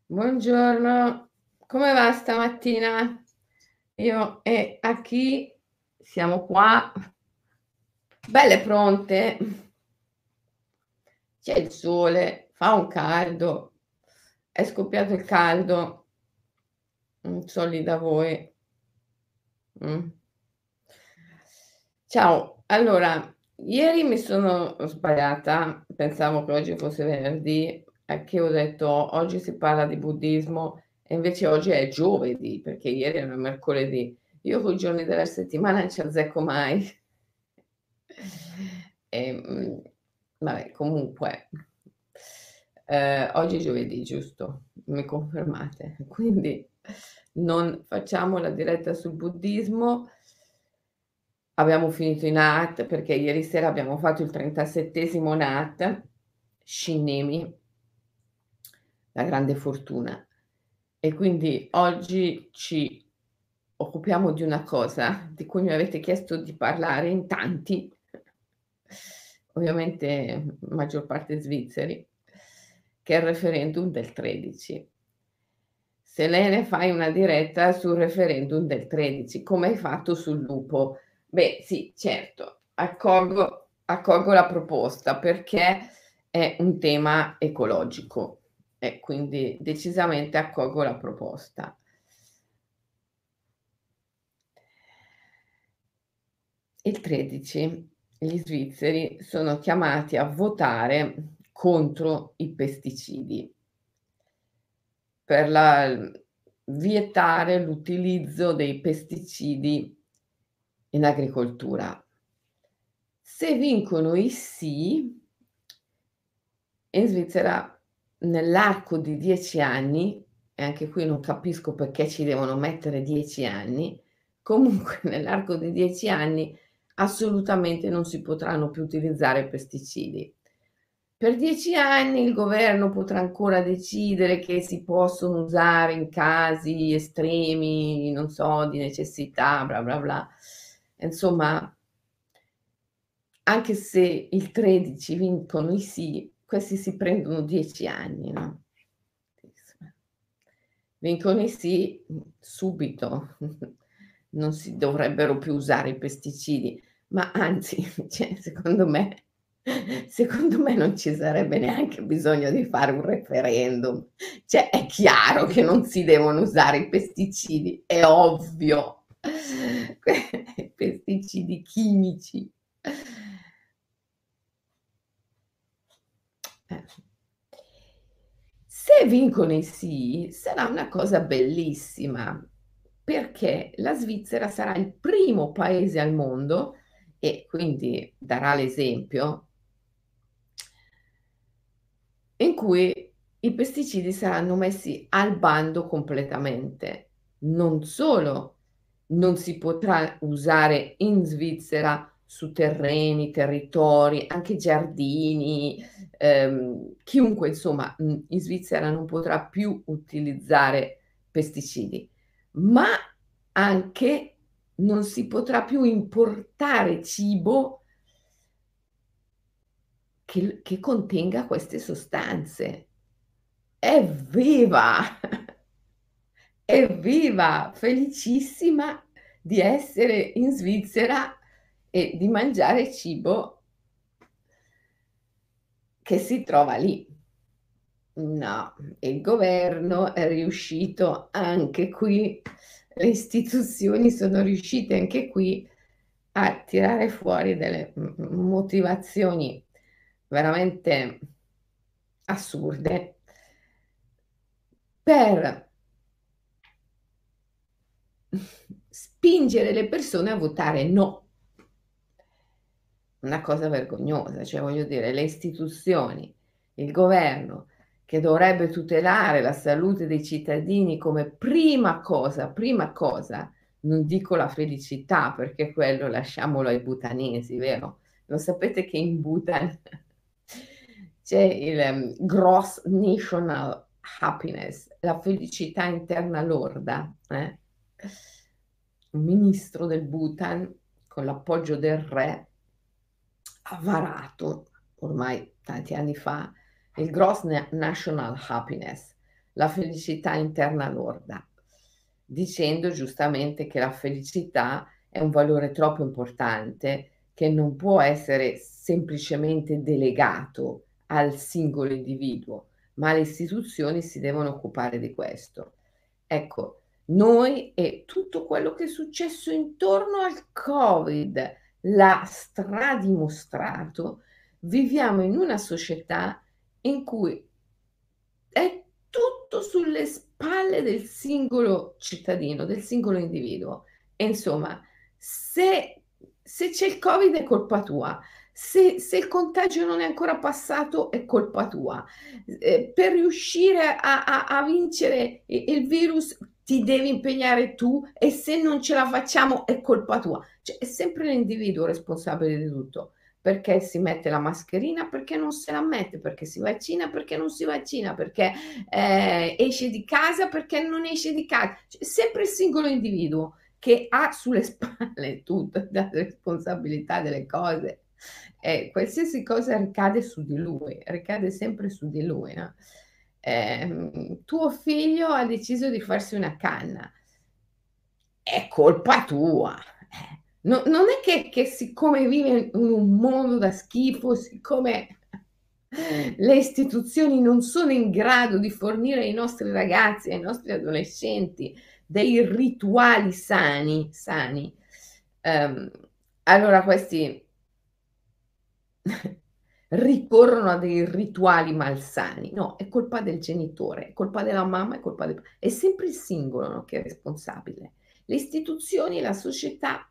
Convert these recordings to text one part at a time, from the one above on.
Buongiorno, come va stamattina? Io e a chi siamo qua, belle pronte. C'è il sole, fa un caldo, è scoppiato il caldo, non so lì da voi. Mh. Ciao, allora, ieri mi sono sbagliata, pensavo che oggi fosse venerdì, che ho detto: "Oggi si parla di buddismo", e invece oggi è giovedì, perché ieri era mercoledì. Io coi giorni della settimana non ci azzecco mai. Ehm, Vabbè, comunque, oggi è giovedì, giusto? Mi confermate? Quindi non facciamo la diretta sul buddismo. Abbiamo finito i NAAT perché ieri sera abbiamo fatto il 37° NAAT, Scinnemi, la grande fortuna. E quindi oggi ci occupiamo di una cosa di cui mi avete chiesto di parlare in tanti, ovviamente maggior parte svizzeri, che è il referendum del 13. Selene, fai una diretta sul referendum del 13, come hai fatto sul lupo. Beh, sì, certo, accolgo la proposta perché è un tema ecologico e quindi decisamente accolgo la proposta. Il 13 gli svizzeri sono chiamati a votare contro i pesticidi per vietare l'utilizzo dei pesticidi in agricoltura. Se vincono i sì, in Svizzera nell'arco di 10 anni, e anche qui non capisco perché ci devono mettere 10 anni, comunque nell'arco di 10 anni assolutamente non si potranno più utilizzare pesticidi. Per 10 anni il governo potrà ancora decidere che si possono usare in casi estremi, non so, di necessità, bla bla bla. Insomma, anche se il 13 vincono i sì, questi si prendono 10 anni, no, vincono i sì, subito, non si dovrebbero più usare i pesticidi, ma anzi, cioè secondo me non ci sarebbe neanche bisogno di fare un referendum. Cioè è chiaro che non si devono usare i pesticidi, è ovvio. Pesticidi chimici. Eh. Se vincono i sì, sarà una cosa bellissima, perché la Svizzera sarà il primo paese al mondo e quindi darà l'esempio in cui i pesticidi saranno messi al bando completamente. Non solo non si potrà usare in Svizzera su terreni, territori, anche giardini, chiunque insomma, in Svizzera non potrà più utilizzare pesticidi, ma anche non si potrà più importare cibo che contenga queste sostanze. Evviva! Evviva! Felicissima di essere in Svizzera e di mangiare cibo che si trova lì. No, il governo è riuscito anche qui, le istituzioni sono riuscite anche qui a tirare fuori delle motivazioni veramente assurde per spingere le persone a votare no. Una cosa vergognosa, cioè voglio dire, le istituzioni, il governo che dovrebbe tutelare la salute dei cittadini come prima cosa, non dico la felicità perché quello lasciamolo ai bhutanesi, vero? Lo sapete che in Bhutan c'è il Gross National Happiness, la felicità interna lorda, un ministro del Bhutan, con l'appoggio del re, ha varato, ormai tanti anni fa, il Gross National Happiness, la felicità interna lorda, dicendo giustamente che la felicità è un valore troppo importante che non può essere semplicemente delegato al singolo individuo, ma le istituzioni si devono occupare di questo. Ecco, noi e tutto quello che è successo intorno al Covid l'ha stradimostrato, viviamo in una società in cui è tutto sulle spalle del singolo cittadino, del singolo individuo. E insomma, se c'è il Covid è colpa tua, se il contagio non è ancora passato è colpa tua. Per riuscire a vincere il virus ti devi impegnare tu e se non ce la facciamo è colpa tua. Cioè è sempre l'individuo responsabile di tutto. Perché si mette la mascherina, perché non se la mette, perché si vaccina, perché non si vaccina, perché esce di casa, perché non esce di casa. Cioè, sempre il singolo individuo che ha sulle spalle tutta la responsabilità delle cose. Qualsiasi cosa ricade su di lui, ricade sempre su di lui, no? Tuo figlio ha deciso di farsi una canna, è colpa tua. Non è che siccome vive in un mondo da schifo, siccome le istituzioni non sono in grado di fornire ai nostri ragazzi, ai nostri adolescenti dei rituali sani, ehm, allora questi ricorrono a dei rituali malsani. No, è colpa del genitore, è colpa della mamma, è sempre il singolo, no, che è responsabile. Le istituzioni, la società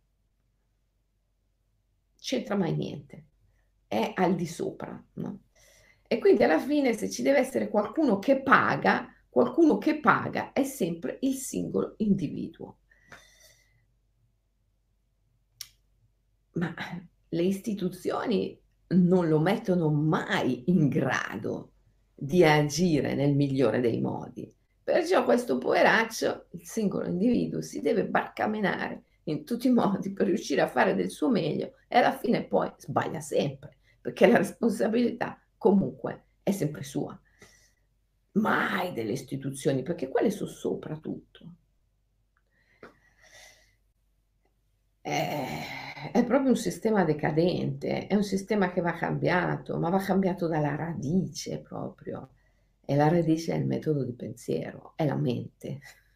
c'entra mai niente, è al di sopra, no? E quindi alla fine se ci deve essere qualcuno che paga è sempre il singolo individuo. Ma le istituzioni non lo mettono mai in grado di agire nel migliore dei modi. Perciò questo poveraccio, il singolo individuo, si deve barcamenare in tutti i modi per riuscire a fare del suo meglio e alla fine poi sbaglia sempre, perché la responsabilità comunque è sempre sua. Mai delle istituzioni, perché quelle so sopra tutto. È proprio un sistema decadente, è un sistema che va cambiato, ma va cambiato dalla radice proprio. E la radice è il metodo di pensiero, è la mente.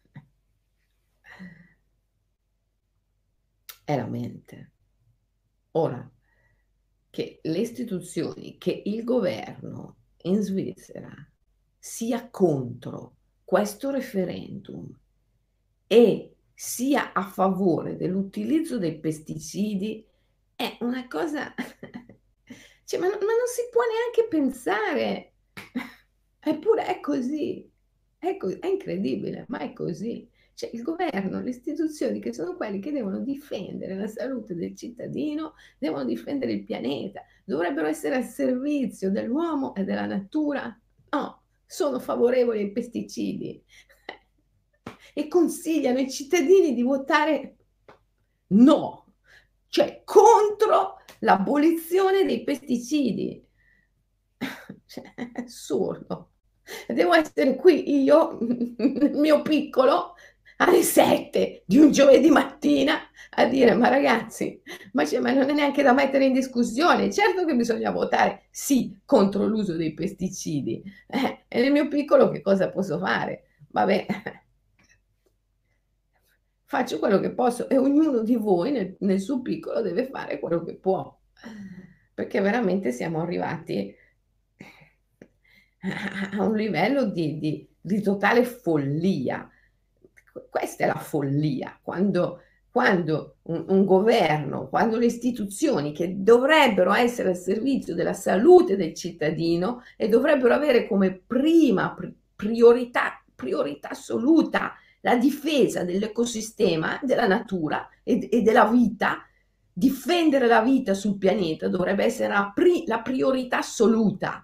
È la mente. Ora, che le istituzioni, che il governo in Svizzera sia contro questo referendum e sia a favore dell'utilizzo dei pesticidi è una cosa cioè ma non si può neanche pensare. Eppure è così. È incredibile, ma è così. Cioè il governo, le istituzioni che sono quelli che devono difendere la salute del cittadino, devono difendere il pianeta, dovrebbero essere al servizio dell'uomo e della natura. No, sono favorevoli ai pesticidi e consigliano ai cittadini di votare no, cioè contro l'abolizione dei pesticidi. Cioè, è assurdo. Devo essere qui io, nel mio piccolo, alle 7 di un giovedì mattina a dire: "Ma ragazzi, ma non è neanche da mettere in discussione. Certo che bisogna votare sì contro l'uso dei pesticidi. E nel mio piccolo che cosa posso fare? Vabbè, faccio quello che posso e ognuno di voi nel suo piccolo deve fare quello che può." Perché veramente siamo arrivati a un livello di totale follia. Questa è la follia, quando un governo, quando le istituzioni che dovrebbero essere al servizio della salute del cittadino e dovrebbero avere come prima priorità assoluta la difesa dell'ecosistema, della natura e della vita, difendere la vita sul pianeta dovrebbe essere la priorità assoluta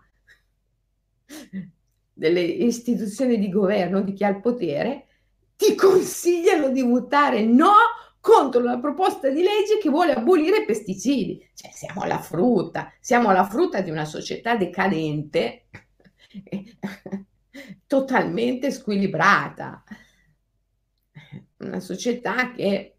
delle istituzioni di governo, di chi ha il potere, ti consigliano di votare no contro la proposta di legge che vuole abolire i pesticidi. Cioè siamo alla frutta di una società decadente totalmente squilibrata. Una società che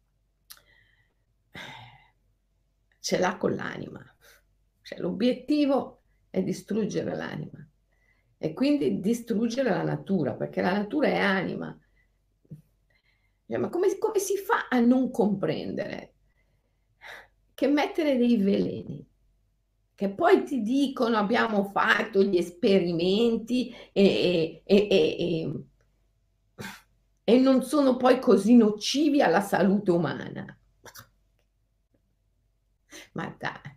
ce l'ha con l'anima. Cioè l'obiettivo è distruggere l'anima e quindi distruggere la natura, perché la natura è anima. Ma come si fa a non comprendere che mettere dei veleni, che poi ti dicono: "Abbiamo fatto gli esperimenti e non sono poi così nocivi alla salute umana." Ma dai,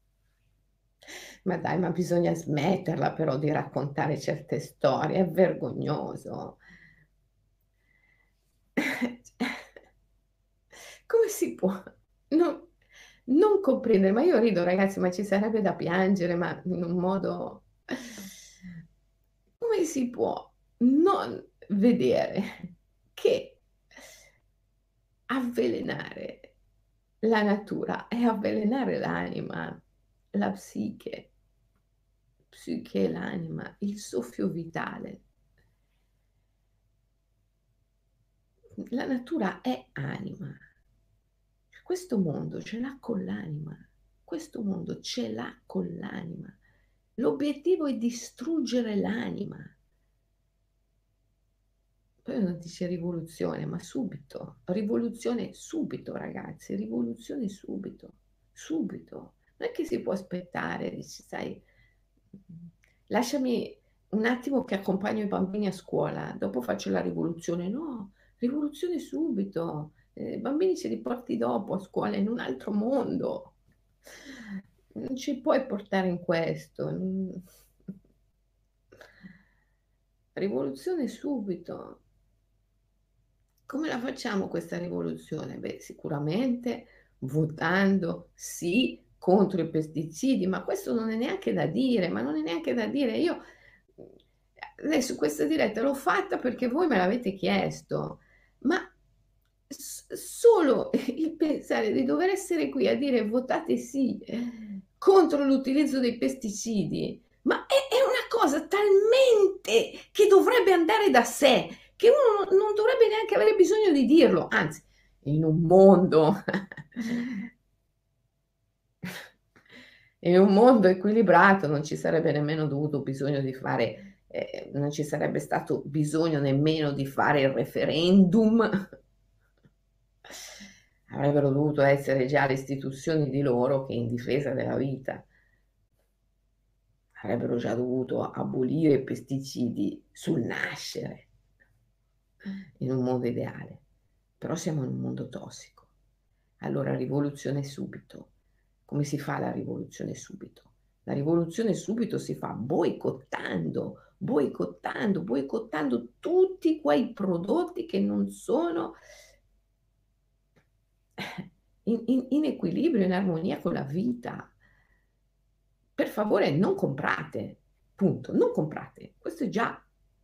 ma dai, ma bisogna smetterla però di raccontare certe storie, è vergognoso. Come si può non non comprendere? Ma io rido ragazzi, ma ci sarebbe da piangere, ma in un modo come si può non vedere che avvelenare la natura è avvelenare l'anima, la psiche e l'anima, il soffio vitale. La natura è anima. Questo mondo ce l'ha con l'anima. Questo mondo ce l'ha con l'anima. L'obiettivo è distruggere l'anima. Poi uno dice rivoluzione, ma subito, rivoluzione subito ragazzi, rivoluzione subito, subito. Non è che si può aspettare, dici: "Sai, lasciami un attimo che accompagno i bambini a scuola, dopo faccio la rivoluzione." No, rivoluzione subito. I bambini ce li porti dopo a scuola, in un altro mondo. Non ci puoi portare in questo, rivoluzione subito. Come la facciamo questa rivoluzione? Beh, sicuramente votando sì contro i pesticidi, ma questo non è neanche da dire, ma non è neanche da dire. Io, mhmm, adesso questa diretta l'ho fatta perché voi me l'avete chiesto, ma solo il pensare di dover essere qui a dire: "Votate sì contro l'utilizzo dei pesticidi", ma è una cosa talmente che dovrebbe andare da sé, che uno non dovrebbe neanche avere bisogno di dirlo, anzi, in un mondo in un mondo equilibrato non ci sarebbe nemmeno dovuto bisogno di fare non ci sarebbe stato bisogno nemmeno di fare il referendum. Avrebbero dovuto essere già le istituzioni di loro che in difesa della vita avrebbero già dovuto abolire i pesticidi sul nascere, in un mondo ideale. Però siamo in un mondo tossico. Allora rivoluzione subito. Come si fa la rivoluzione subito? La rivoluzione subito si fa boicottando, boicottando, boicottando tutti quei prodotti che non sono in equilibrio, in armonia con la vita. Per favore non comprate, punto, non comprate. Questo è già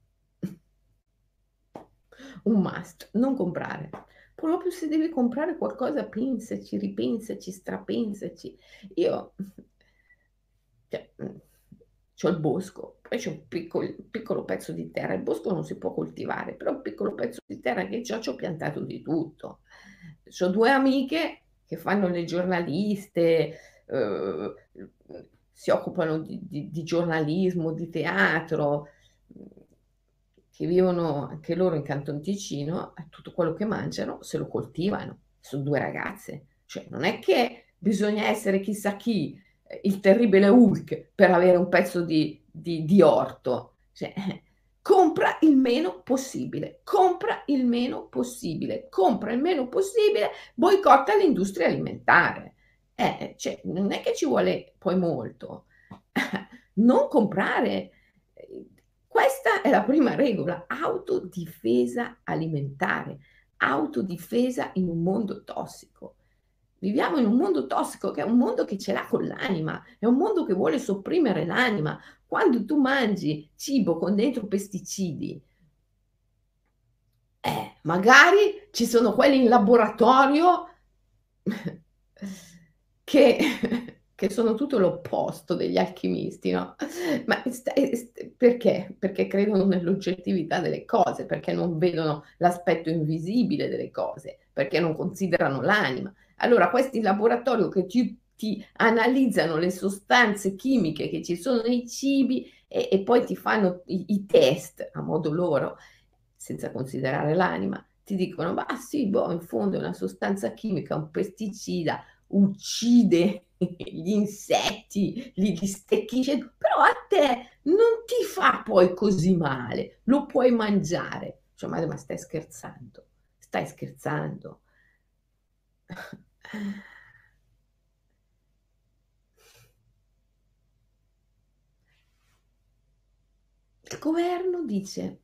un must, non comprare. Proprio se devi comprare qualcosa pensaci, ripensaci, strapensaci. Io cioè, c'ho il bosco, poi c'ho un piccolo pezzo di terra. Il bosco non si può coltivare, però un piccolo pezzo di terra che c'ho piantato di tutto. C'ho 2 amiche che fanno le giornaliste, uhm, si occupano di giornalismo, di teatro, mhmm, che vivono anche loro in Canton Ticino e tutto quello che mangiano se lo coltivano. Son 2 ragazze, cioè non è che bisogna essere chissà chi, il terribile Hulk per avere un pezzo di orto. Cioè, compra il meno possibile, compra il meno possibile, compra il meno possibile, boicotta l'industria alimentare. Cioè non è che ci vuole poi molto. Non comprare. Questa è la prima regola, autodifesa alimentare, autodifesa in un mondo tossico. Viviamo in un mondo tossico che è un mondo che ce l'ha con l'anima, è un mondo che vuole sopprimere l'anima. Quando tu mangi cibo con dentro pesticidi, magari ci sono quelli in laboratorio che che sono tutto l'opposto degli alchimisti, no, ma perché? Perché credono nell'oggettività delle cose, perché non vedono l'aspetto invisibile delle cose, perché non considerano l'anima. Allora questi in laboratorio che ti analizzano le sostanze chimiche che ci sono nei cibi e poi ti fanno i test a modo loro, senza considerare l'anima, ti dicono: "Bah sì, boh, in fondo è una sostanza chimica, un pesticida, uccide gli insetti, li stecchisce, però a te non ti fa poi così male, lo puoi mangiare." Cioè, ma stai scherzando? Stai scherzando? Il governo dice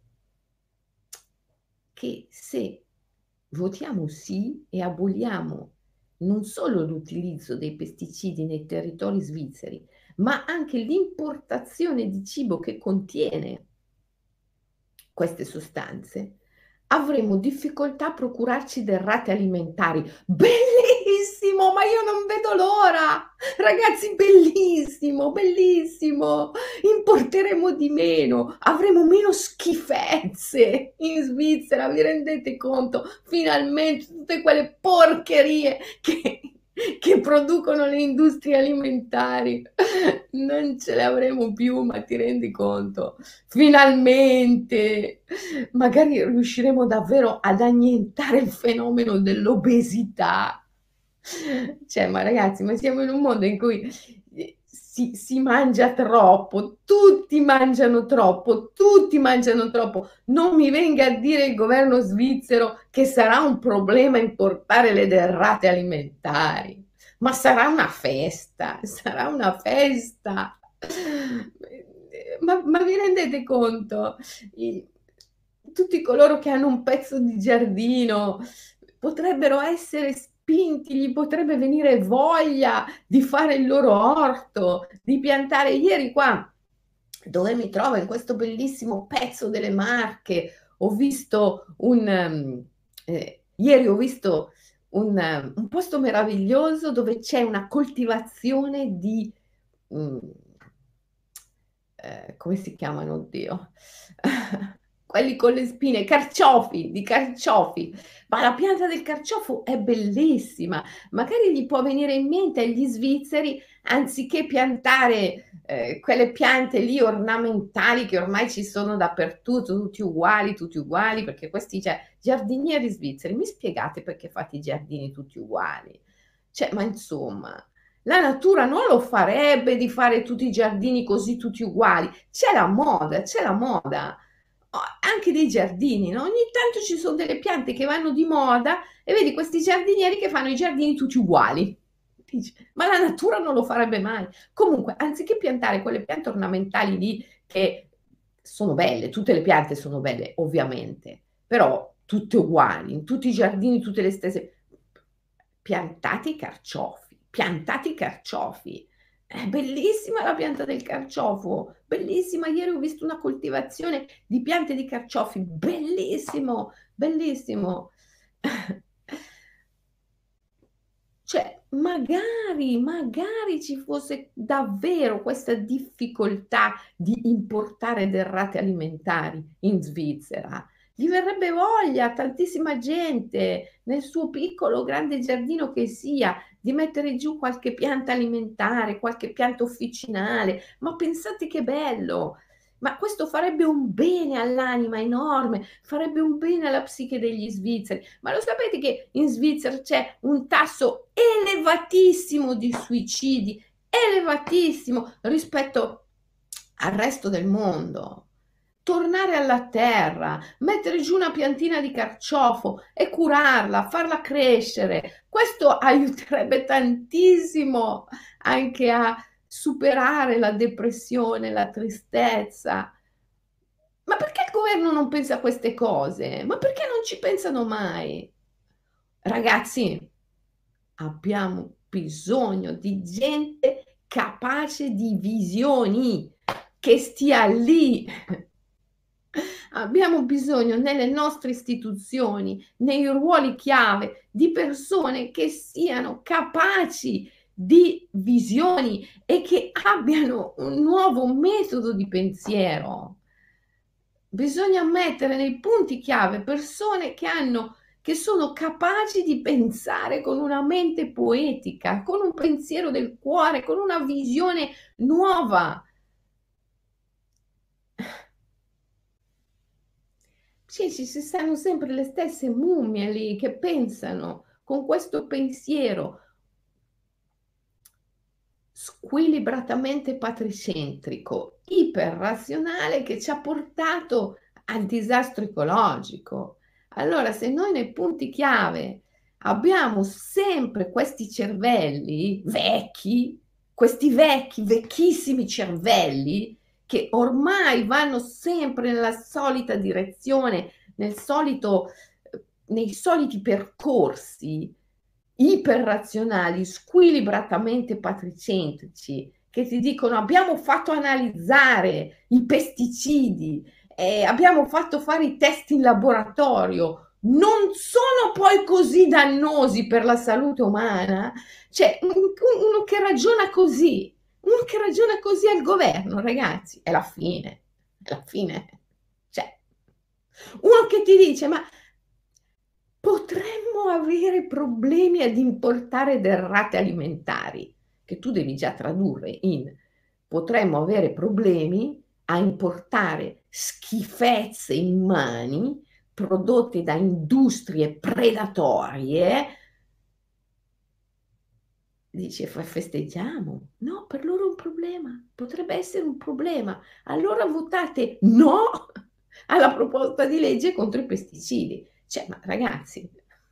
che se votiamo sì e aboliamo non solo l'utilizzo dei pesticidi nei territori svizzeri, ma anche l'importazione di cibo che contiene queste sostanze, avremo difficoltà a procurarci derrate alimentari. Bellissimo, ma io non vedo l'ora! Ragazzi, bellissimo, bellissimo! Importeremo di meno, avremo meno schifezze in Svizzera, vi rendete conto? Finalmente tutte quelle porcherie che producono le industrie alimentari non ce le avremo più, ma ti rendi conto? Finalmente! Magari riusciremo davvero ad annientare il fenomeno dell'obesità. Cioè, ma ragazzi, ma siamo in un mondo in cui, si mangia troppo, tutti mangiano troppo. Non mi venga a dire il governo svizzero che sarà un problema importare le derrate alimentari. Ma sarà una festa, sarà una festa. Ma vi rendete conto? I Tutti coloro che hanno un pezzo di giardino potrebbero essere spinti, gli potrebbe venire voglia di fare il loro orto, di piantare. Ieri qua, dove mi trovo, in questo bellissimo pezzo delle Marche, ho visto ieri ho visto un posto meraviglioso dove c'è una coltivazione di, mhmm come si chiamano, oddio? Quelli con le spine, carciofi, di carciofi. Ma la pianta del carciofo è bellissima. Magari gli può venire in mente agli svizzeri, anziché piantare, quelle piante lì ornamentali che ormai ci sono dappertutto, tutti uguali, perché questi giardinieri svizzeri, mi spiegate perché fate i giardini tutti uguali? Cioè, ma insomma, la natura non lo farebbe di fare tutti i giardini così tutti uguali. C'è la moda. Anche dei giardini, no? Ogni tanto ci sono delle piante che vanno di moda e vedi questi giardinieri che fanno i giardini tutti uguali. Dici, ma la natura non lo farebbe mai. Comunque, anziché piantare quelle piante ornamentali lì che sono belle, tutte le piante sono belle, ovviamente, però tutte uguali, in tutti i giardini tutte le stesse. Piantate i carciofi, piantate i carciofi. È bellissima la pianta del carciofo, bellissima. Ieri ho visto una coltivazione di piante di carciofi, bellissimo, bellissimo. Cioè, magari ci fosse davvero questa difficoltà di importare derrate alimentari in Svizzera. Gli verrebbe voglia a tantissima gente, nel suo piccolo o grande giardino che sia, di mettere giù qualche pianta alimentare, qualche pianta officinale. Ma pensate che bello! Ma questo farebbe un bene all'anima enorme, farebbe un bene alla psiche degli svizzeri. Ma lo sapete che in Svizzera c'è un tasso elevatissimo di suicidi, elevatissimo rispetto al resto del mondo. Tornare alla terra, mettere giù una piantina di carciofo e curarla, farla crescere, questo aiuterebbe tantissimo anche a superare la depressione, la tristezza. Ma perché il governo non pensa a queste cose? Ma perché non ci pensano mai? Ragazzi, abbiamo bisogno di gente capace di visioni, che stia lì. Abbiamo bisogno nelle nostre istituzioni, nei ruoli chiave, di persone che siano capaci di visioni e che abbiano un nuovo metodo di pensiero. Bisogna mettere nei punti chiave persone che sono capaci di pensare con una mente poetica, con un pensiero del cuore, con una visione nuova. Sì, ci stanno sempre le stesse mummie lì che pensano con questo pensiero squilibratamente patricentrico, iperrazionale che ci ha portato al disastro ecologico. Allora, se noi nei punti chiave abbiamo sempre questi cervelli vecchi, questi vecchi, vecchissimi cervelli che ormai vanno sempre nella solita direzione, nei soliti percorsi iperrazionali, squilibratamente patricentrici, che ti dicono abbiamo fatto analizzare i pesticidi, abbiamo fatto fare i test in laboratorio, non sono poi così dannosi per la salute umana. Cioè, uno che ragiona così, uno che ragiona così al governo, ragazzi, è la fine, è la fine. Cioè, uno che ti dice, ma potremmo avere problemi ad importare derrate alimentari, che tu devi già tradurre in potremmo avere problemi a importare schifezze immani prodotte da industrie predatorie. Dice: Festeggiamo". No, per loro è un problema, potrebbe essere un problema. Allora votate no alla proposta di legge contro i pesticidi. Cioè, ma ragazzi,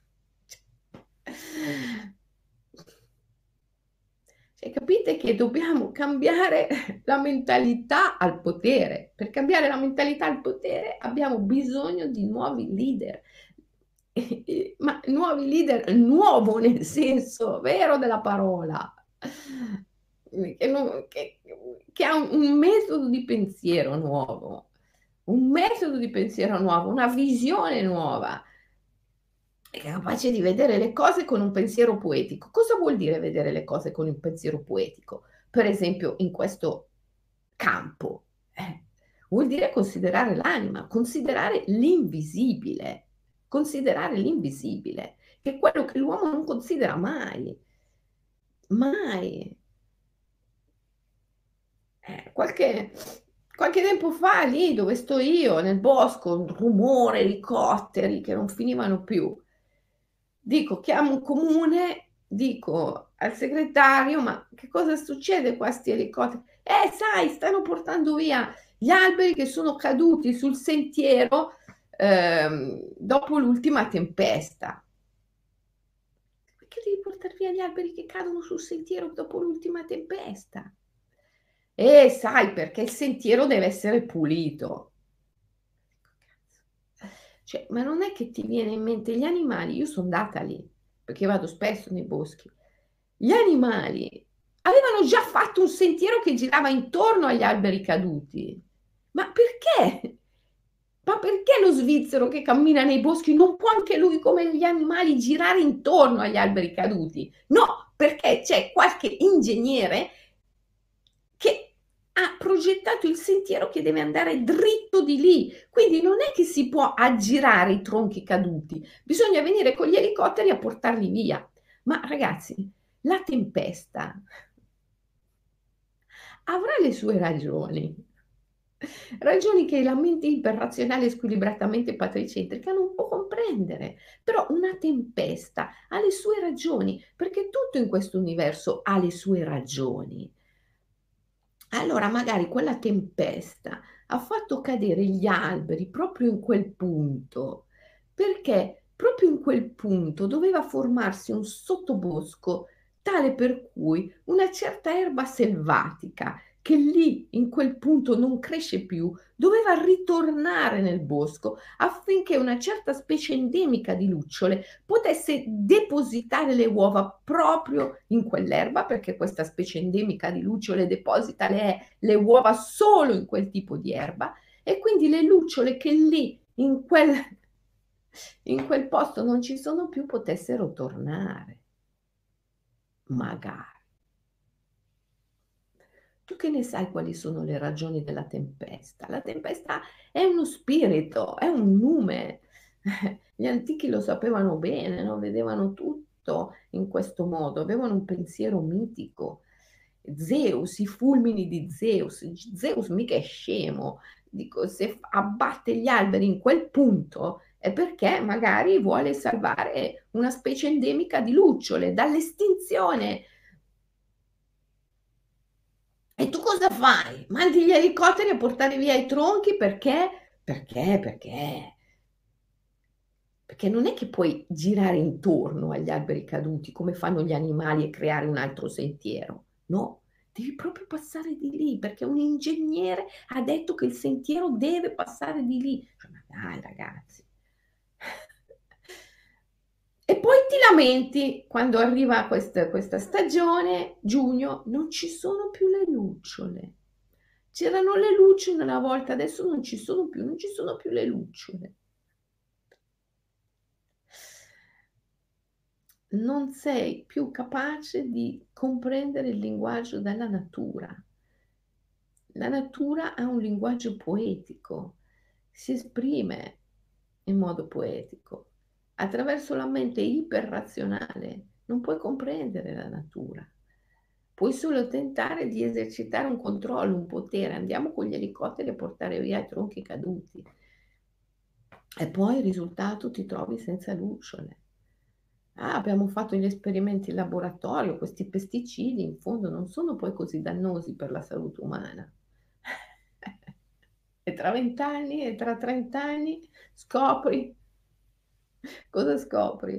cioè capite che dobbiamo cambiare la mentalità al potere. Per cambiare la mentalità al potere abbiamo bisogno di nuovi leader. Ma nuovi leader, nuovo nel senso vero della parola, che non che ha un metodo di pensiero nuovo, un metodo di pensiero nuovo, una visione nuova. È capace di vedere le cose con un pensiero poetico. Cosa vuol dire vedere le cose con un pensiero poetico? Per esempio in questo campo, vuol dire considerare l'invisibile, che è quello che l'uomo non considera mai, mai. Qualche tempo fa lì dove sto io, nel bosco, un rumore, elicotteri che non finivano più. Dico, chiamo un comune, dico al segretario: "Ma che cosa succede qua 'sti elicotteri?" Sai, stanno portando via gli alberi che sono caduti sul sentiero, dopo l'ultima tempesta." Perché devi portar via gli alberi che cadono sul sentiero dopo l'ultima tempesta? Sai, perché il sentiero deve essere pulito. Cioè, ma non è che ti viene in mente gli animali, io son andata lì, perché vado spesso nei boschi. Gli animali avevano già fatto un sentiero che girava intorno agli alberi caduti. Ma perché? Ma perché lo svizzero che cammina nei boschi non può anche lui, come gli animali, girare intorno agli alberi caduti? No, perché c'è qualche ingegnere che ha progettato il sentiero che deve andare dritto di lì. Quindi non è che si può aggirare i tronchi caduti, bisogna venire con gli elicotteri a portarli via. Ma ragazzi, la tempesta avrà le sue ragioni, ragioni che la mente iperrazionale e squilibratamente patricentrica non può comprendere. Però una tempesta ha le sue ragioni, perché tutto in questo universo ha le sue ragioni. Allora magari quella tempesta ha fatto cadere gli alberi proprio in quel punto, perché proprio in quel punto doveva formarsi un sottobosco tale per cui una certa erba selvatica che lì in quel punto non cresce più, doveva ritornare nel bosco affinché una certa specie endemica di lucciole potesse depositare le uova proprio in quell'erba, perché questa specie endemica di lucciole deposita le uova solo in quel tipo di erba, e quindi le lucciole che lì in quel posto non ci sono più potessero tornare, magari. Tu che ne sai quali sono le ragioni della tempesta? La tempesta è uno spirito, è un nume. Gli antichi lo sapevano bene, no, vedevano tutto in questo modo, avevano un pensiero mitico. Zeus, i fulmini di Zeus, Zeus mica è scemo. Dico, se abbatte gli alberi in quel punto è perché magari vuole salvare una specie endemica di lucciole dall'estinzione. E tu cosa fai? Mandi gli elicotteri a portare via i tronchi perché? Perché non è che puoi girare intorno agli alberi caduti come fanno gli animali e creare un altro sentiero. No, devi proprio passare di lì, perché un ingegnere ha detto che il sentiero deve passare di lì. Cioè, ma dai ragazzi. E poi ti lamenti quando arriva questa stagione, giugno, non ci sono più le lucciole. C'erano le lucciole una volta, adesso non ci sono più, non ci sono più le lucciole. Non sei più capace di comprendere il linguaggio della natura. La natura ha un linguaggio poetico, si esprime in modo poetico. Attraverso la mente iperrazionale non puoi comprendere la natura. Puoi solo tentare di esercitare un controllo, un potere. Andiamo con gli elicotteri a portare via i tronchi caduti. E poi il risultato ti trovi senza lucciole. Ah, abbiamo fatto gli esperimenti in laboratorio, questi pesticidi in fondo non sono poi così dannosi per la salute umana. E tra 20 anni e tra 30 anni scopri cosa scopri?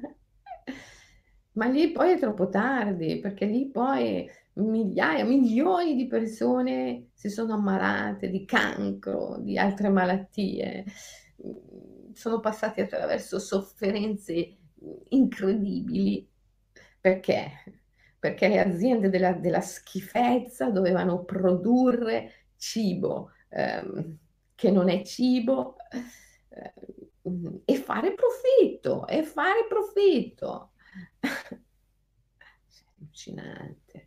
Ma lì poi è troppo tardi, perché lì poi migliaia, milioni di persone si sono ammalate di cancro, di altre malattie, sono passati attraverso sofferenze, incredibili. Perché? Perché le aziende della schifezza dovevano produrre cibo, che non è cibo, e fare profitto, e fare profitto. È allucinante.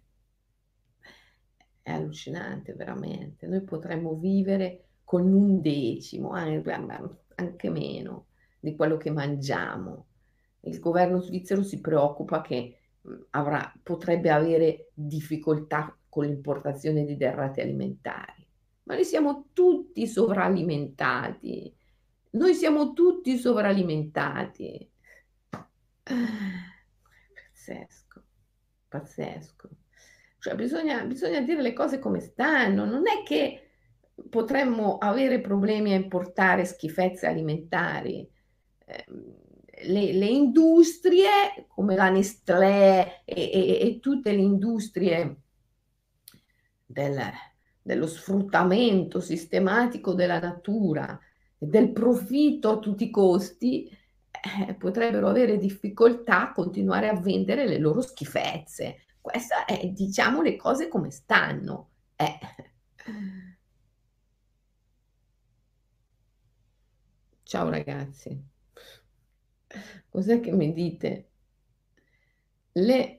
È allucinante veramente. Noi potremmo vivere con 1/10, anche meno, di quello che mangiamo. Il governo svizzero si preoccupa che, potrebbe avere difficoltà con l'importazione di derrate alimentari. Ma noi siamo tutti sovralimentati. Noi siamo tutti sovralimentati. Pazzesco, pazzesco. Cioè bisogna dire le cose come stanno, non è che potremmo avere problemi a importare schifezze alimentari. Le industrie come la Nestlé e tutte le industrie del dello sfruttamento sistematico della natura e del profitto a tutti i costi, potrebbero avere difficoltà a continuare a vendere le loro schifezze. Questa è diciamo le cose come stanno. Ciao ragazzi. Cos'è che mi dite? Le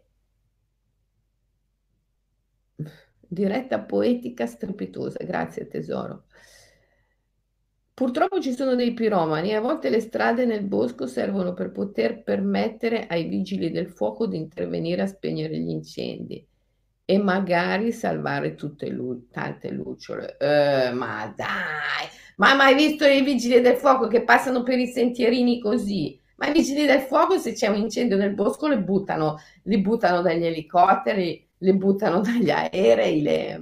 diretta poetica strepitosa, grazie tesoro. Purtroppo ci sono dei piromani e a volte le strade nel bosco servono per poter permettere ai vigili del fuoco di intervenire a spegnere gli incendi e magari salvare tutte tante lucciole. Ma dai! Ma hai mai visto i vigili del fuoco che passano per i sentierini così? Ma i vigili del fuoco, se c'è un incendio nel bosco, li buttano dagli elicotteri, li buttano dagli aerei,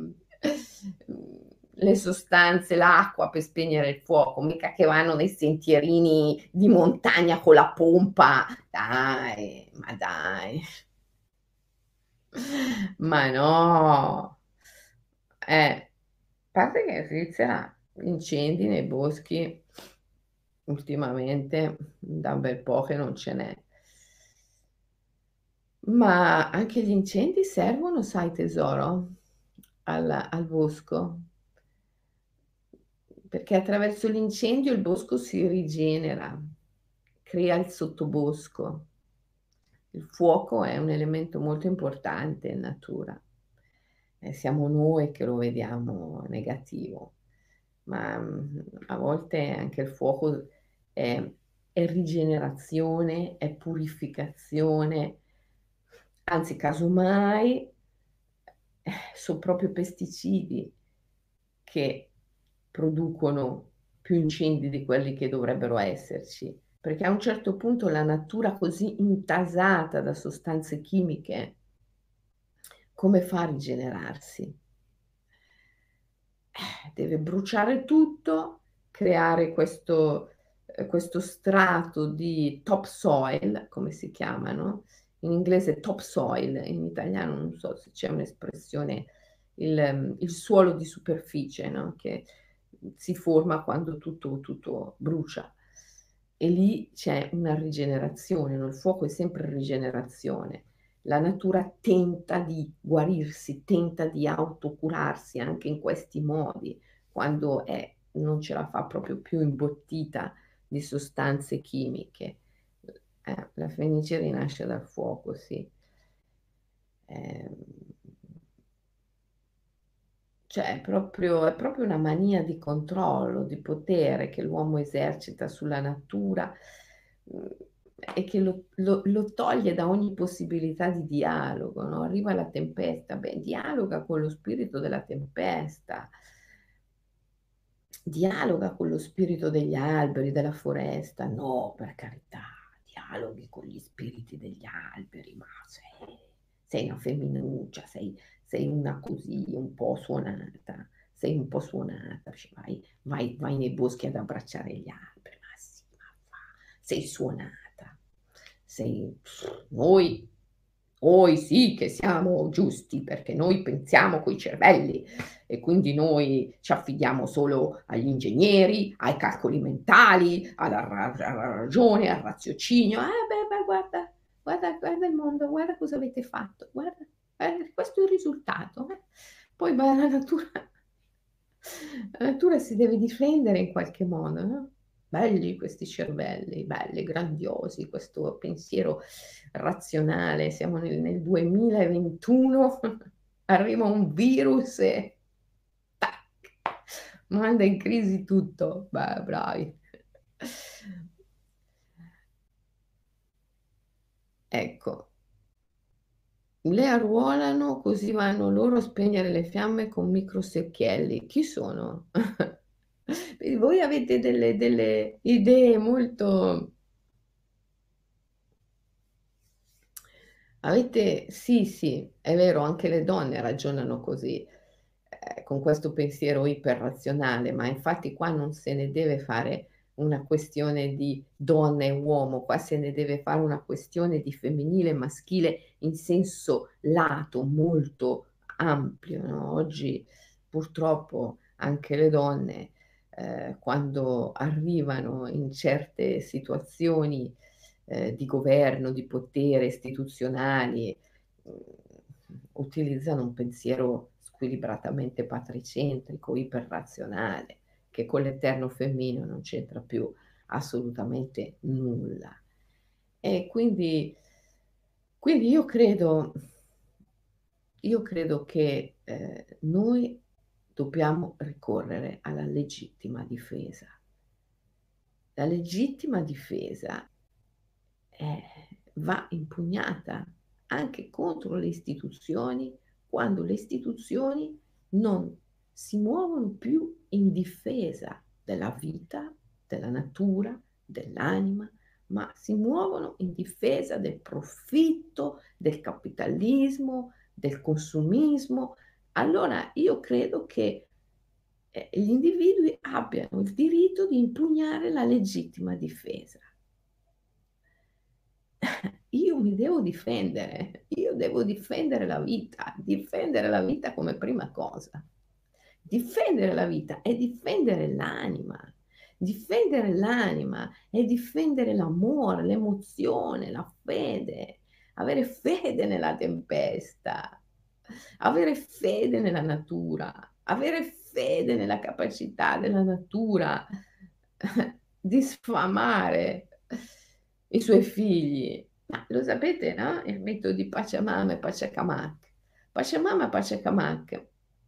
le sostanze, l'acqua per spegnere il fuoco, mica che vanno nei sentierini di montagna con la pompa. Dai, ma dai. Ma no. A parte che in Svizzera incendi nei boschi ultimamente da un bel po' che non ce n'è. Ma anche gli incendi servono, sai tesoro, al bosco, perché attraverso l'incendio il bosco si rigenera, crea il sottobosco. Il fuoco è un elemento molto importante in natura siamo noi che lo vediamo negativo, ma, a volte anche il fuoco è è rigenerazione, è purificazione, anzi casomai, son proprio pesticidi che producono più incendi di quelli che dovrebbero esserci, perché a un certo punto la natura così intasata da sostanze chimiche, come fa a rigenerarsi? Deve bruciare tutto, creare questo strato di topsoil, come si chiama, no, in inglese topsoil, in italiano non so se c'è un'espressione, il suolo di superficie, no, che si forma quando tutto brucia. E lì c'è una rigenerazione, no, il fuoco è sempre rigenerazione. La natura tenta di guarirsi, tenta di autocurarsi anche in questi modi, quando non ce la fa proprio più imbottita di sostanze chimiche. La fenice rinasce dal fuoco, sì. Ehm, cioè è proprio una mania di controllo, di potere che l'uomo esercita sulla natura, mhmm, e che lo toglie da ogni possibilità di dialogo, no, arriva la tempesta, beh, dialoga con lo spirito della tempesta, dialoga con lo spirito degli alberi, della foresta. No, per carità, dialoghi con gli spiriti degli alberi, ma sei una femminuccia, sei una così un po' suonata, sei un po' suonata, dici vai nei boschi ad abbracciare gli alberi, ma sì, ma va, sei suonata. Sei noi sì che siamo giusti, perché noi pensiamo coi cervelli e quindi noi ci affidiamo solo agli ingegneri, ai calcoli mentali, alla ragione, al raziocinio. Beh, guarda il mondo, guarda cosa avete fatto, guarda, questo è il risultato, eh. Poi va la natura si deve difendere in qualche modo, no, belli questi cervelli, belli, grandiosi, questo pensiero razionale. Siamo nel 2021, arriva un virus e tac, manda in crisi tutto. Beh, bravi. Ecco, le arruolano così vanno loro a spegnere le fiamme con microsecchielli. Chi sono? Quindi voi avete delle idee molto. Avete sì, sì, è vero, anche le donne ragionano così, con questo pensiero iperrazionale, ma infatti qua non se ne deve fare una questione di donna e uomo, qua se ne deve fare una questione di femminile e maschile in senso lato, molto ampio, no, oggi purtroppo anche le donne, quando arrivano in certe situazioni di governo, di potere, istituzionali, mhmm, utilizzano un pensiero squilibratamente patricentrico, iperrazionale, che con l'eterno femmineo non c'entra più assolutamente nulla. E quindi io credo che, noi dobbiamo ricorrere alla legittima difesa. La legittima difesa eh, va impugnata anche contro le istituzioni, quando le istituzioni non si muovono più in difesa della vita, della natura, dell'anima, ma si muovono in difesa del profitto, del capitalismo, del consumismo. Allora io credo che, gli individui abbiano il diritto di impugnare la legittima difesa. Io mi devo difendere, io devo difendere la vita come prima cosa. Difendere la vita è difendere l'anima è difendere l'amore, l'emozione, la fede, avere fede nella tempesta, avere fede nella natura, avere fede nella capacità della natura di sfamare i suoi figli. Ma lo sapete, no, il mito di Pachamama e Pachacamac? Pachamama e Pachacamac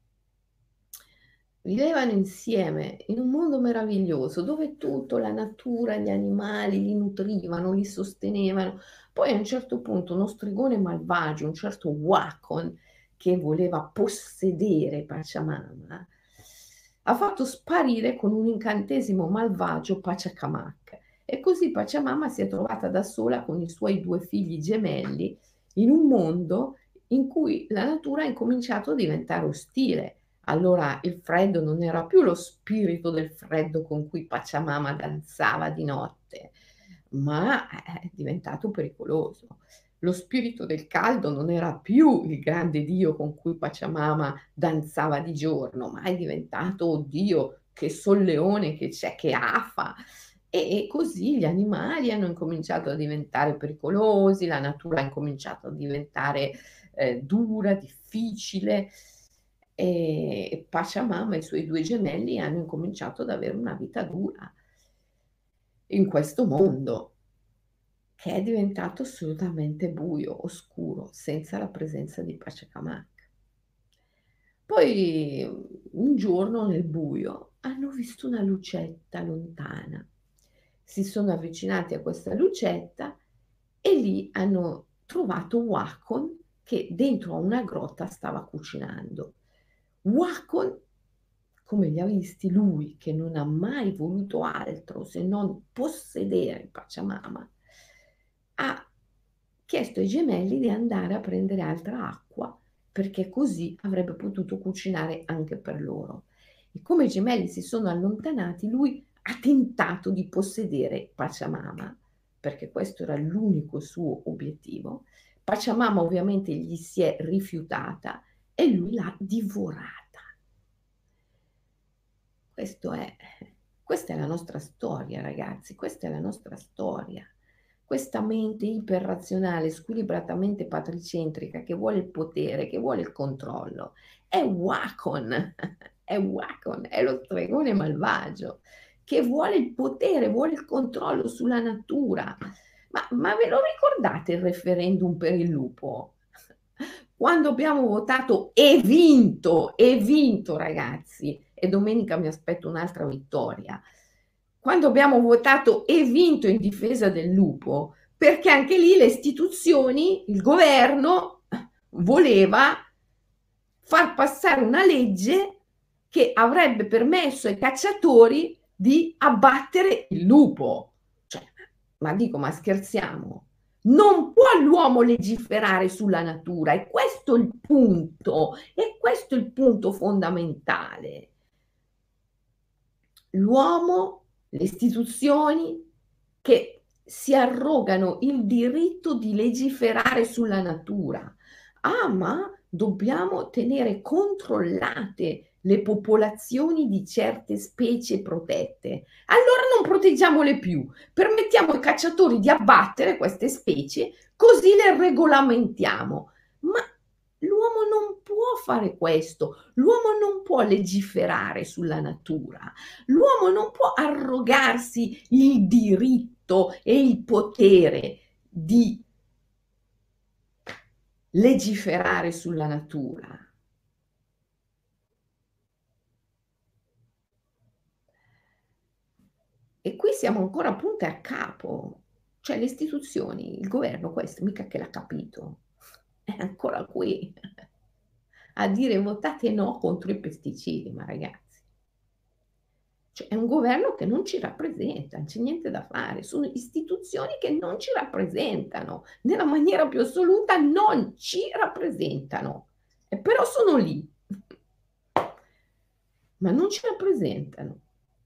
vivevano insieme in un mondo meraviglioso dove tutto, la natura, gli animali li nutrivano, li sostenevano. Poi a un certo punto uno stregone malvagio, un certo Wacom, che voleva possedere Pachamama, ha fatto sparire con un incantesimo malvagio Pachacamac. E così Pachamama si è trovata da sola con i suoi 2 figli gemelli in un mondo in cui la natura ha incominciato a diventare ostile. Allora il freddo non era più lo spirito del freddo con cui Pachamama danzava di notte, ma è diventato pericoloso. Lo spirito del caldo non era più il grande dio con cui Pachamama danzava di giorno, ma è diventato: "Oddio, che solleone che c'è, che afa!" E così gli animali hanno incominciato a diventare pericolosi, la natura ha incominciato a diventare, dura, difficile, e Pachamama e i suoi 2 gemelli hanno incominciato ad avere una vita dura in questo mondo, che è diventato assolutamente buio, oscuro, senza la presenza di Pachacamac. Poi un giorno nel buio hanno visto una lucetta lontana. Si sono avvicinati a questa lucetta e lì hanno trovato Wacom che dentro a una grotta stava cucinando. Wacom, come li ha visti lui, che non ha mai voluto altro se non possedere Pachamama, ha chiesto ai gemelli di andare a prendere altra acqua, perché così avrebbe potuto cucinare anche per loro. E come i gemelli si sono allontanati, lui ha tentato di possedere Pachamama, perché questo era l'unico suo obiettivo. Pachamama ovviamente gli si è rifiutata e lui l'ha divorata. Questo è questa è la nostra storia ragazzi, questa è la nostra storia. Questa mente iperrazionale, squilibratamente patricentrica, che vuole il potere, che vuole il controllo, è Wacom, è Wacom, è lo stregone malvagio, che vuole il potere, vuole il controllo sulla natura. Ma ve lo ricordate il referendum per il lupo? Quando abbiamo votato e vinto ragazzi, e domenica mi aspetto un'altra vittoria. Quando abbiamo votato e vinto in difesa del lupo, perché anche lì le istituzioni, il governo voleva far passare una legge che avrebbe permesso ai cacciatori di abbattere il lupo. Cioè, ma dico, ma scherziamo? Non può l'uomo legiferare sulla natura, è questo il punto fondamentale. L'uomo, le istituzioni che si arrogano il diritto di legiferare sulla natura. Ah, ma dobbiamo tenere controllate le popolazioni di certe specie protette. Allora non proteggiamole più, permettiamo ai cacciatori di abbattere queste specie, così le regolamentiamo. Ma l'uomo non può fare questo, l'uomo non può legiferare sulla natura, l'uomo non può arrogarsi il diritto e il potere di legiferare sulla natura. E qui siamo ancora punte a capo, cioè le istituzioni, il governo questo mica che l'ha capito, è ancora qui a dire votate no contro i pesticidi, ma ragazzi, cioè è un governo che non ci rappresenta, non c'è niente da fare, sono istituzioni che non ci rappresentano, nella maniera più assoluta non ci rappresentano, e però sono lì, ma non ci rappresentano.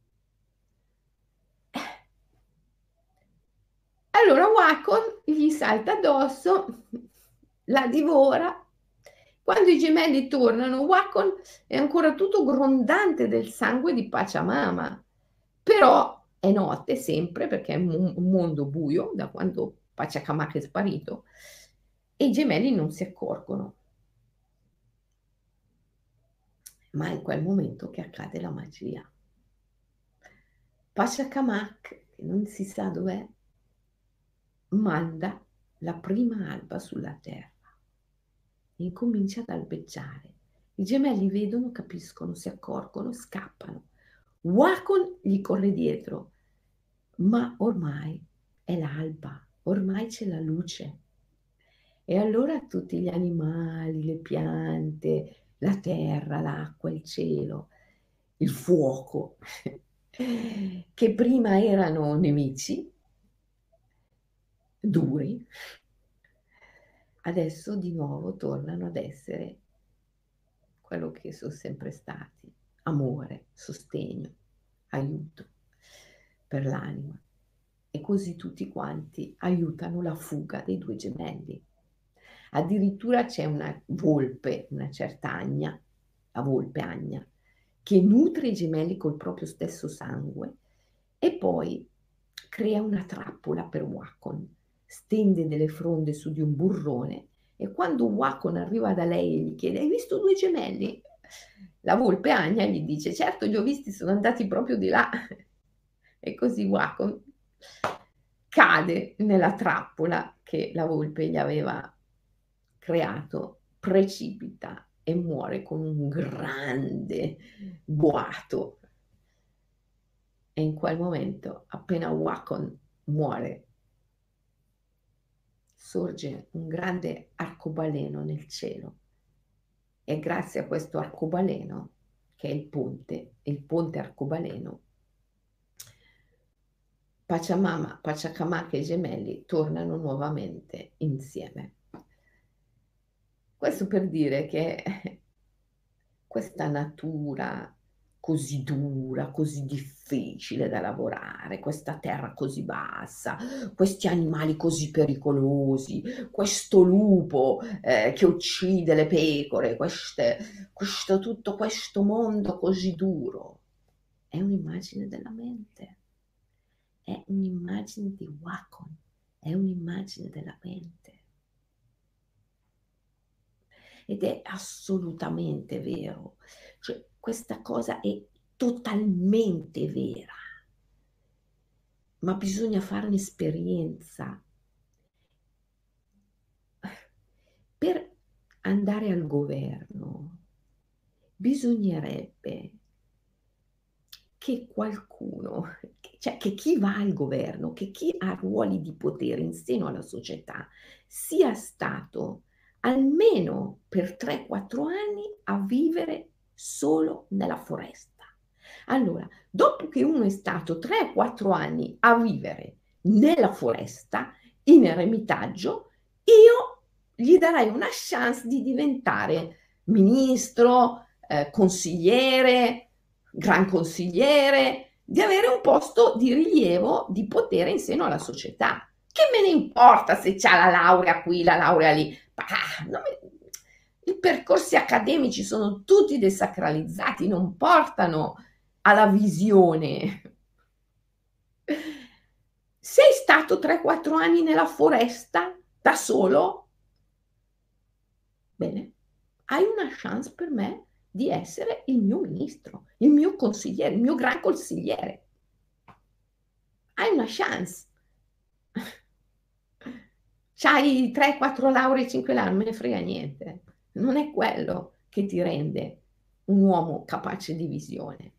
Allora Wacom gli salta addosso, la divora. Quando i gemelli tornano, Wacom è ancora tutto grondante del sangue di Pachamama, però è notte sempre perché è un mondo buio da quando Pachacamac è sparito e i gemelli non si accorgono. Ma è in quel momento che accade la magia. Pachacamac, che non si sa dov'è, manda la prima alba sulla terra. e incomincia ad albeggiare. I gemelli vedono, capiscono, si accorgono, scappano. Wacom gli corre dietro, ma ormai è l'alba, ormai c'è la luce. E allora tutti gli animali, le piante, la terra, l'acqua, il cielo, il fuoco, che prima erano nemici, duri, adesso di nuovo tornano ad essere quello che son sempre stati: amore, sostegno, aiuto per l'anima. E così tutti quanti aiutano la fuga dei 2 gemelli. Addirittura c'è una volpe, una certa Agna, la volpe Agna, che nutre i gemelli col proprio stesso sangue e poi crea una trappola per Wacom, stende delle fronde su di un burrone e quando Wacom arriva da lei e gli chiede: "Hai visto 2 gemelli?" La volpe Agna gli dice: "Certo, li ho visti, sono andati proprio di là." E così Wacom cade nella trappola che la volpe gli aveva creato, precipita e muore con un grande boato. E in quel momento, appena Wacom muore, sorge un grande arcobaleno nel cielo e grazie a questo arcobaleno, che è il ponte arcobaleno, Pachamama, Pachacamac e i gemelli tornano nuovamente insieme. Questo per dire che questa natura così dura, così difficile da lavorare, questa terra così bassa, questi animali così pericolosi, questo lupo, che uccide le pecore, tutto questo mondo così duro, è un'immagine della mente, è un'immagine di Wacom, è un'immagine della mente. Ed è assolutamente vero. Cioè, questa cosa è totalmente vera, ma bisogna farne esperienza. Per andare al governo bisognerebbe che qualcuno, che chi va al governo, che chi ha ruoli di potere in seno alla società, sia stato almeno per 3, 4 anni a vivere solo nella foresta. Allora, dopo che uno è stato 3, 4 anni a vivere nella foresta, in eremitaggio, io gli darei una chance di diventare ministro, consigliere, gran consigliere, di avere un posto di rilievo, di potere in seno alla società. Che me ne importa se c'ha la laurea qui, la laurea lì? Non me I percorsi accademici sono tutti desacralizzati, non portano alla visione. Sei stato 3, 4 anni nella foresta da solo? Bene, hai una chance per me di essere il mio ministro, il mio consigliere, il mio gran consigliere. Hai una chance. C'hai 3, 4 lauree, 5 lauree, non me ne frega niente. Non è quello che ti rende un uomo capace di visione.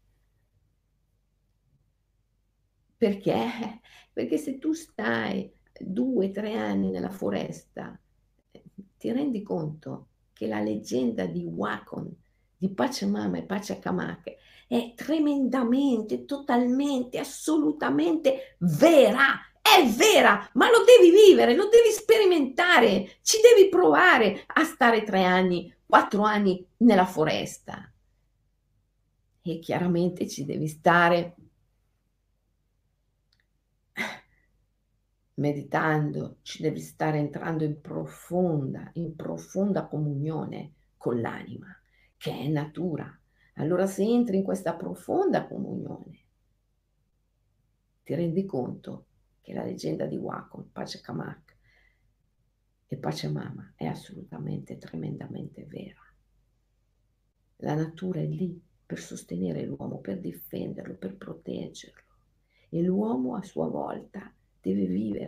Perché? Perché se tu stai 2, 3 anni nella foresta, ti rendi conto che la leggenda di Wacom, di Pachamama e Pachacamac è tremendamente, totalmente, assolutamente vera. È vera, ma lo devi vivere, lo devi sperimentare, ci devi provare a stare 3 anni, 4 anni nella foresta. E chiaramente ci devi stare meditando, ci devi stare entrando in profonda comunione con l'anima, che è natura. Allora se entri in questa profonda comunione, ti rendi conto che la leggenda di Wacom, Pachacamac e Pachamama è assolutamente, tremendamente vera. La natura è lì per sostenere l'uomo, per difenderlo, per proteggerlo e l'uomo a sua volta deve vivere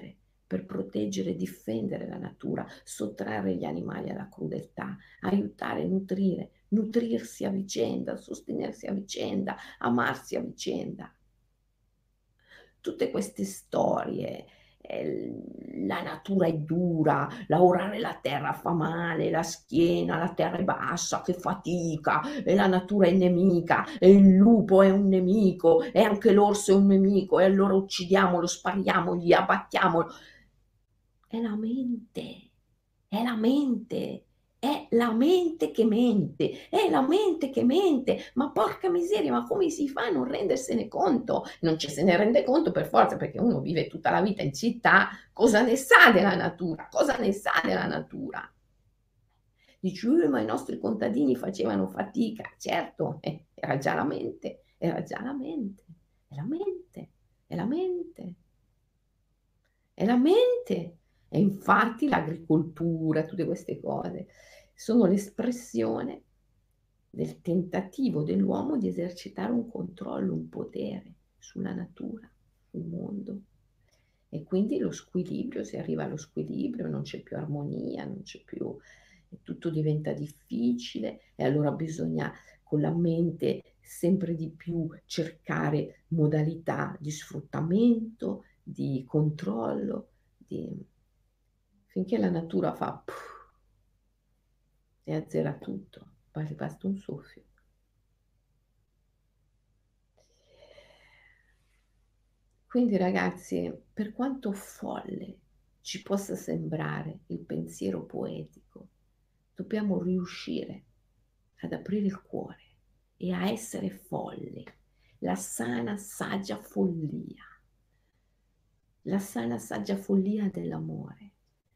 per proteggere e difendere la natura, sottrarre gli animali alla crudeltà, aiutare, nutrire, nutrirsi a vicenda, sostenersi a vicenda, amarsi a vicenda. Tutte queste storie, la natura è dura, lavorare la terra fa male, la schiena, la terra è bassa, che fatica, e la natura è nemica, e il lupo è un nemico, e anche l'orso è un nemico, e allora uccidiamolo, spariamogli, abbattiamolo. È la mente, è la mente, è la mente che mente, è la mente che mente. Ma porca miseria, ma come si fa a non rendersene conto? Non ci se ne rende conto per forza, perché uno vive tutta la vita in città, cosa ne sa della natura? Cosa ne sa della natura? Dici: ma i nostri contadini facevano fatica". Certo, era già la mente, era già la mente, è la mente, è la mente. È la mente. E infatti l'agricoltura, tutte queste cose, sono l'espressione del tentativo dell'uomo di esercitare un controllo, un potere sulla natura, sul mondo. E quindi lo squilibrio, si arriva allo squilibrio, non c'è più armonia, non c'è più, e tutto diventa difficile, e allora bisogna con la mente sempre di più cercare modalità di sfruttamento, di controllo, di finché la natura fa puff e azzera tutto, basta un soffio. Quindi ragazzi, per quanto folle ci possa sembrare il pensiero poetico, dobbiamo riuscire ad aprire il cuore e a essere folli, la sana, saggia follia, la sana, saggia follia dell'amore.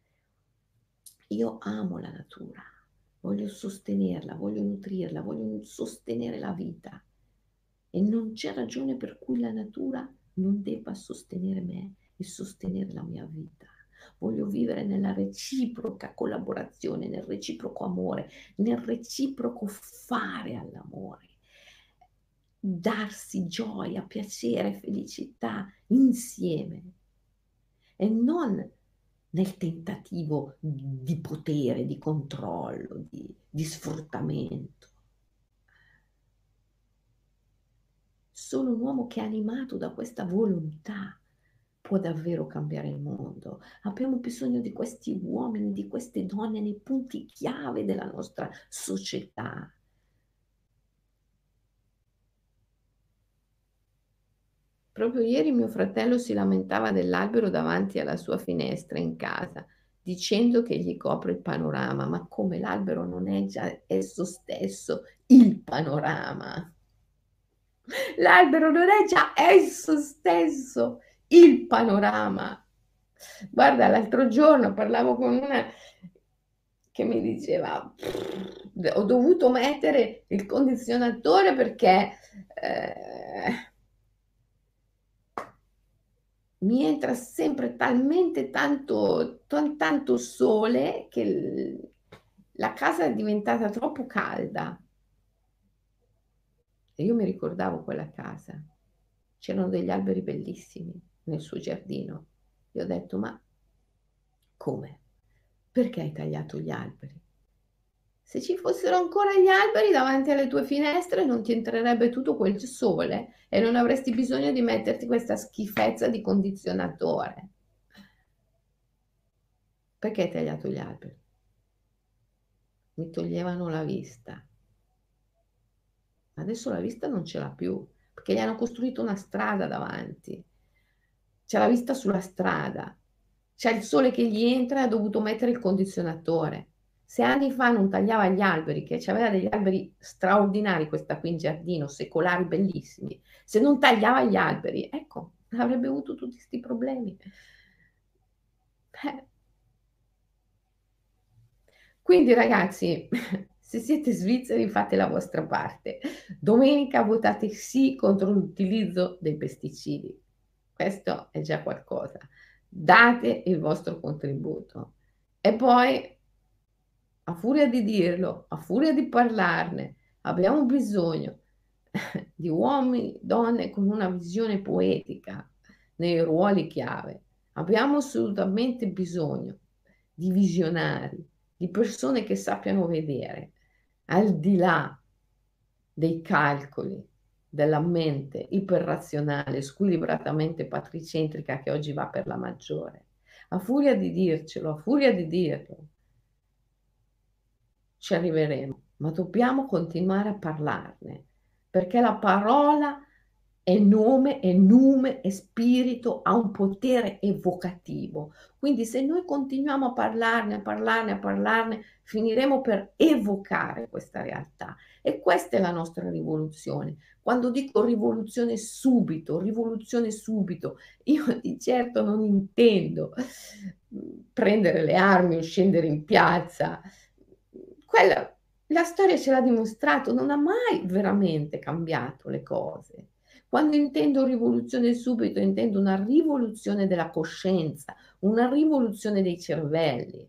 Io amo la natura, voglio sostenerla, voglio nutrirla, voglio sostenere la vita, e non c'è ragione per cui la natura non debba sostenere me e sostenere la mia vita. Voglio vivere nella reciproca collaborazione, nel reciproco amore, nel reciproco fare all'amore, darsi gioia, piacere, felicità insieme, e non nel tentativo di potere, di controllo, di sfruttamento. Solo un uomo che è animato da questa volontà può davvero cambiare il mondo. Abbiamo bisogno di questi uomini, di queste donne nei punti chiave della nostra società. Proprio ieri mio fratello si lamentava dell'albero davanti alla sua finestra in casa, dicendo che gli copre il panorama. Ma come, l'albero non è già esso stesso il panorama? L'albero non è già esso stesso il panorama. Guarda, l'altro giorno parlavo con una che mi diceva: "Ho dovuto mettere il condizionatore perché, mi entra sempre talmente tanto sole che la casa è diventata troppo calda". E io mi ricordavo quella casa. C'erano degli alberi bellissimi nel suo giardino. Gli ho detto: "Ma come? Perché hai tagliato gli alberi? Se ci fossero ancora gli alberi davanti alle tue finestre non ti entrerebbe tutto quel sole e non avresti bisogno di metterti questa schifezza di condizionatore. Perché hai tagliato gli alberi? Mi toglievano la vista. Adesso la vista non ce l'ha più, perché gli hanno costruito una strada davanti. C'ha la vista sulla strada, c'ha il sole che gli entra e ha dovuto mettere il condizionatore. Se anni fa non tagliava gli alberi, che c'aveva degli alberi straordinari questa qui in giardino, secolari bellissimi, se non tagliava gli alberi, ecco, avrebbe avuto tutti 'sti problemi. Eh. Quindi ragazzi, se siete svizzeri fate la vostra parte. Domenica votate sì contro l'utilizzo dei pesticidi. Questo è già qualcosa. Date il vostro contributo. E poi, a furia di dirlo, a furia di parlarne, abbiamo bisogno di uomini, donne con una visione poetica nei ruoli chiave. Abbiamo assolutamente bisogno di visionari, di persone che sappiano vedere al di là dei calcoli della mente iperrazionale, squilibratamente patricentrica che oggi va per la maggiore. A furia di dircelo, a furia di dirlo, ci arriveremo, ma dobbiamo continuare a parlarne, perché la parola è nome, è nume, è spirito, ha un potere evocativo. Quindi se noi continuiamo a parlarne, a parlarne, a parlarne, finiremo per evocare questa realtà. E questa è la nostra rivoluzione. Quando dico rivoluzione subito, io di certo non intendo prendere le armi o scendere in piazza. Quella la storia ce l'ha dimostrato, non ha mai veramente cambiato le cose. Quando intendo rivoluzione subito, intendo una rivoluzione della coscienza, una rivoluzione dei cervelli.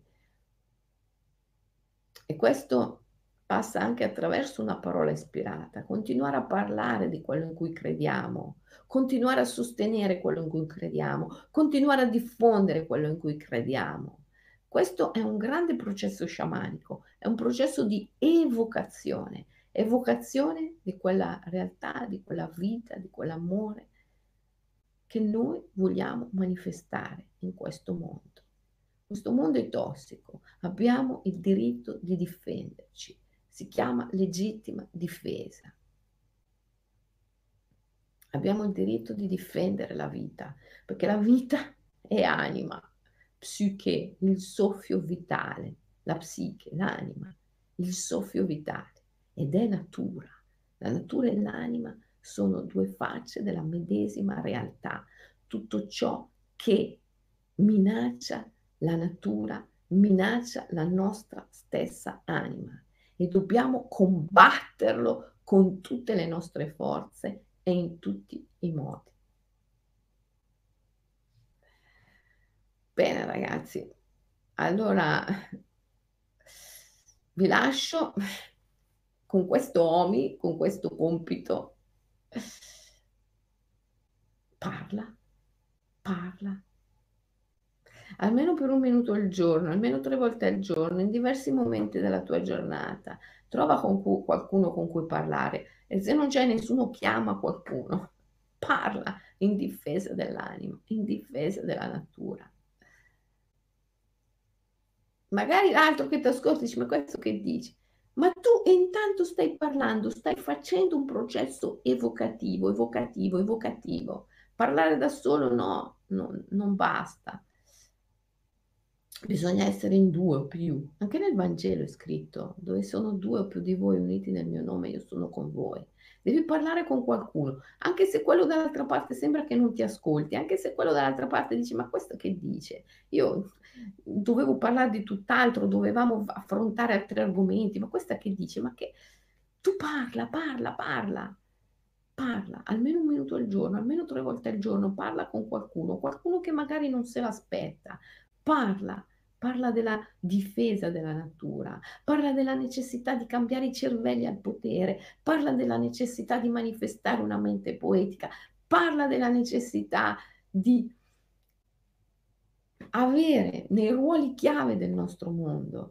E questo passa anche attraverso una parola ispirata, continuare a parlare di quello in cui crediamo, continuare a sostenere quello in cui crediamo, continuare a diffondere quello in cui crediamo. Questo è un grande processo sciamanico, è un processo di evocazione, evocazione di quella realtà, di quella vita, di quell'amore che noi vogliamo manifestare in questo mondo. Questo mondo è tossico, abbiamo il diritto di difenderci, si chiama legittima difesa. Abbiamo il diritto di difendere la vita, perché la vita è anima, psiche, il soffio vitale, la psiche, l'anima, il soffio vitale ed è natura. La natura e l'anima sono due facce della medesima realtà. Tutto ciò che minaccia la natura, minaccia la nostra stessa anima e dobbiamo combatterlo con tutte le nostre forze e in tutti i modi. Bene ragazzi, allora vi lascio con questo OMI, con questo compito. Parla, parla. Almeno per 1 minuto al giorno, almeno 3 volte al giorno, in diversi momenti della tua giornata. Trova qualcuno con cui parlare e se non c'è nessuno chiama qualcuno. Parla in difesa dell'anima, in difesa della natura. Magari l'altro che t'ascolta dice: "Ma questo che dice?" Ma tu intanto stai parlando, stai facendo un processo evocativo, evocativo, evocativo. Parlare da solo no, non basta. Bisogna essere in 2 o più. Anche nel Vangelo è scritto: "Dove sono 2 o più di voi uniti nel mio nome, io sono con voi." Devi parlare con qualcuno, anche se quello dall'altra parte sembra che non ti ascolti, anche se quello dall'altra parte dici: "Ma questo che dice? Io dovevo parlare di tutt'altro, dovevamo affrontare altri argomenti, ma questa che dice? Ma che" tu parla, parla, parla, parla, almeno 1 minuto al giorno, almeno 3 volte al giorno, parla con qualcuno che magari non se l'aspetta. Parla, parla della difesa della natura, parla della necessità di cambiare i cervelli al potere, parla della necessità di manifestare una mente poetica, parla della necessità di avere nei ruoli chiave del nostro mondo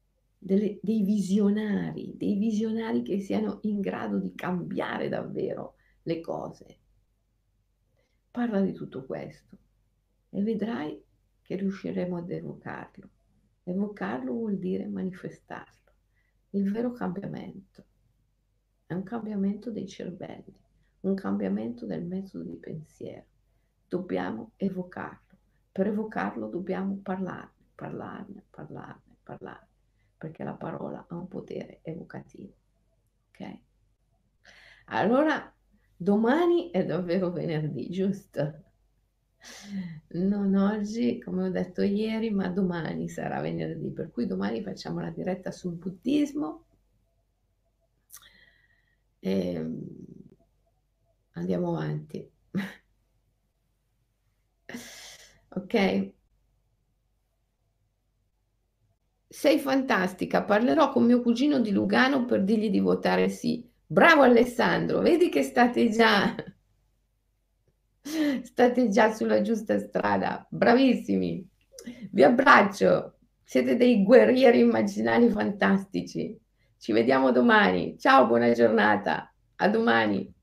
dei visionari che siano in grado di cambiare davvero le cose. Parla di tutto questo e vedrai che riusciremo ad evocarlo. Evocarlo vuol dire manifestarlo. Il vero cambiamento è un cambiamento dei cervelli, un cambiamento del metodo di pensiero. Dobbiamo evocarlo. Per evocarlo dobbiamo parlarne, parlarne, parlarne, parlarne, perché la parola ha un potere evocativo. Ok? Allora, domani è davvero venerdì, giusto? Non oggi, come ho detto ieri, ma domani sarà venerdì, per cui domani facciamo la diretta sul buddismo. Ehm, Andiamo avanti. Okay? Sei fantastica, parlerò con mio cugino di Lugano per dirgli di votare sì. Bravo Alessandro, vedi che state già State già sulla giusta strada, bravissimi. Vi abbraccio, siete dei guerrieri immaginari fantastici. Ci vediamo domani. Ciao, buona giornata. A domani.